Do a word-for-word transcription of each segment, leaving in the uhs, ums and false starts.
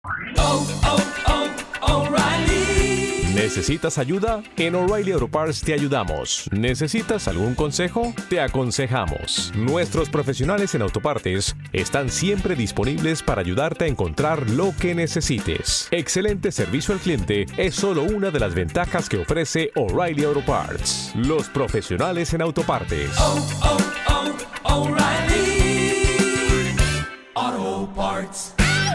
Oh, oh, oh, O'Reilly. ¿Necesitas ayuda? En O'Reilly Auto Parts te ayudamos. ¿Necesitas algún consejo? Te aconsejamos. Nuestros profesionales en autopartes están siempre disponibles para ayudarte a encontrar lo que necesites. Excelente servicio al cliente es solo una de las ventajas que ofrece O'Reilly Auto Parts. Los profesionales en autopartes. Oh, oh, oh, O'Reilly Auto Parts.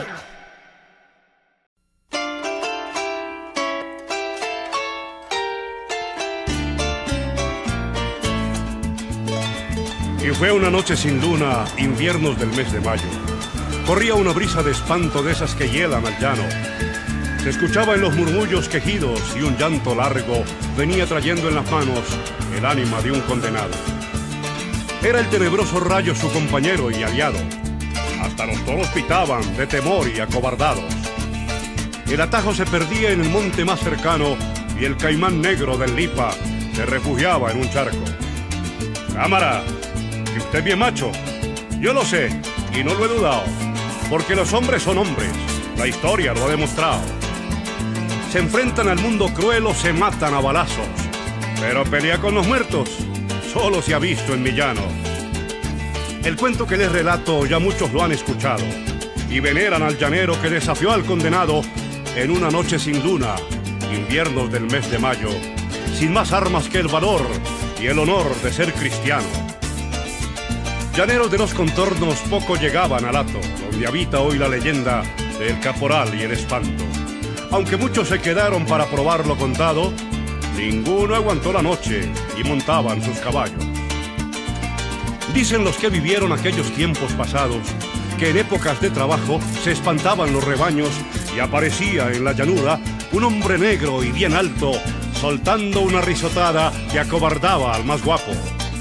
Y fue una noche sin luna, inviernos del mes de mayo. Corría una brisa de espanto de esas que hielan al llano. Se escuchaba en los murmullos quejidos y un llanto largo venía trayendo en las manos el ánima de un condenado. Era el tenebroso rayo su compañero y aliado. Hasta los toros pitaban de temor y acobardados. El atajo se perdía en el monte más cercano y el caimán negro del Lipa se refugiaba en un charco. ¡Cámara! ¿Y usted bien macho? Yo lo sé, y no lo he dudado, porque los hombres son hombres, la historia lo ha demostrado. Se enfrentan al mundo cruel o se matan a balazos, pero pelea con los muertos solo se ha visto en mi llano. El cuento que les relato ya muchos lo han escuchado, y veneran al llanero que desafió al condenado en una noche sin luna, inviernos del mes de mayo, sin más armas que el valor y el honor de ser cristiano. Llaneros de los contornos poco llegaban al hato, donde habita hoy la leyenda del caporal y el espanto. Aunque muchos se quedaron para probar lo contado, ninguno aguantó la noche y montaban sus caballos. Dicen los que vivieron aquellos tiempos pasados, que en épocas de trabajo se espantaban los rebaños y aparecía en la llanura un hombre negro y bien alto, soltando una risotada que acobardaba al más guapo.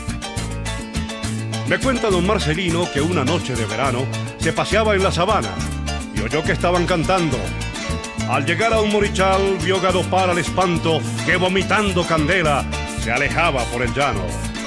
Me cuenta don Marcelino que una noche de verano se paseaba en la sabana y oyó que estaban cantando. Al llegar a un morichal vio galopar al espanto que vomitando candela se alejaba por el llano.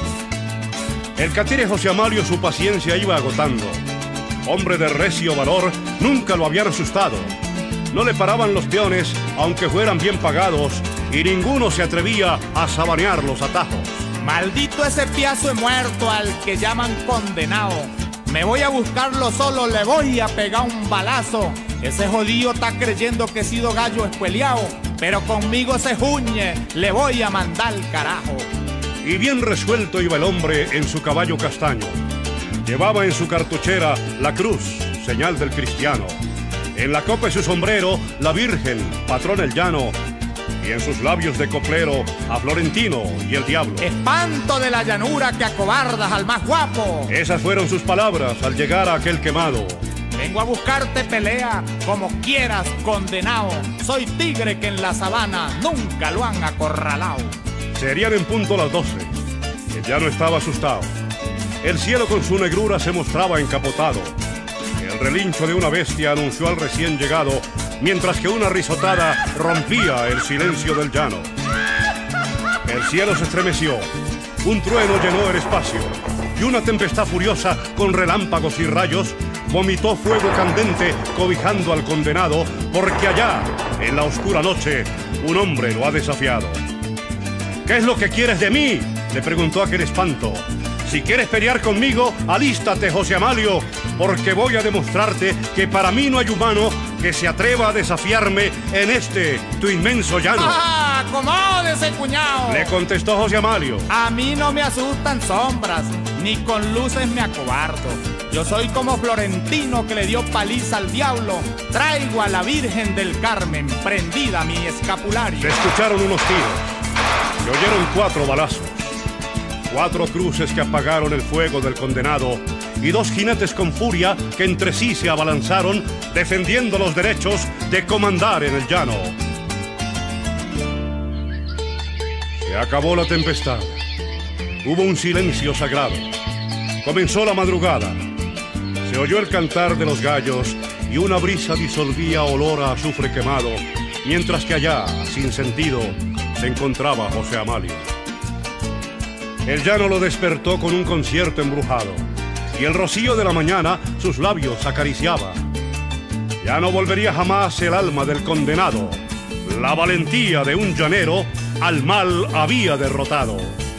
El catire José Amalio su paciencia iba agotando. Hombre de recio valor, nunca lo habían asustado. No le paraban los peones, aunque fueran bien pagados, y ninguno se atrevía a sabanear los atajos. Maldito ese piazo de muerto al que llaman condenado. Me voy a buscarlo solo, le voy a pegar un balazo. Ese jodido está creyendo que he sido gallo espueleado, pero conmigo se juñe, le voy a mandar al carajo. Y bien resuelto iba el hombre en su caballo castaño. Llevaba en su cartuchera la cruz, señal del cristiano. En la copa de su sombrero, la Virgen, patrón el llano. Y en sus labios de coplero, a Florentino y el diablo. Espanto de la llanura que acobardas al más guapo. Esas fueron sus palabras al llegar a aquel quemado. Vengo a buscarte pelea, como quieras, condenado. Soy tigre que en la sabana nunca lo han acorralado. Serían en punto las doce. El llano estaba asustado. El cielo con su negrura se mostraba encapotado. El relincho de una bestia anunció al recién llegado, mientras que una risotada rompía el silencio del llano. El cielo se estremeció, un trueno llenó el espacio, y una tempestad furiosa con relámpagos y rayos vomitó fuego candente cobijando al condenado, porque allá, en la oscura noche, un hombre lo ha desafiado. ¿Qué es lo que quieres de mí?, le preguntó aquel espanto. Si quieres pelear conmigo, alístate, José Amalio, porque voy a demostrarte que para mí no hay humano que se atreva a desafiarme en este, tu inmenso llano. ¡Ah! ¡Acomódese, cuñado! Le contestó José Amalio. A mí no me asustan sombras, ni con luces me acobardo. Yo soy como Florentino que le dio paliza al diablo. Traigo a la Virgen del Carmen prendida mi escapulario. Se escucharon unos tiros y oyeron cuatro balazos. Cuatro cruces que apagaron el fuego del condenado y dos jinetes con furia que entre sí se abalanzaron defendiendo los derechos de comandar en el llano. Se acabó la tempestad. Hubo un silencio sagrado. Comenzó la madrugada. Se oyó el cantar de los gallos y una brisa disolvía olor a azufre quemado, mientras que allá, sin sentido, se encontraba José Amalio. El llano lo despertó con un concierto embrujado, y el rocío de la mañana sus labios acariciaba. Ya no volvería jamás el alma del condenado. La valentía de un llanero al mal había derrotado.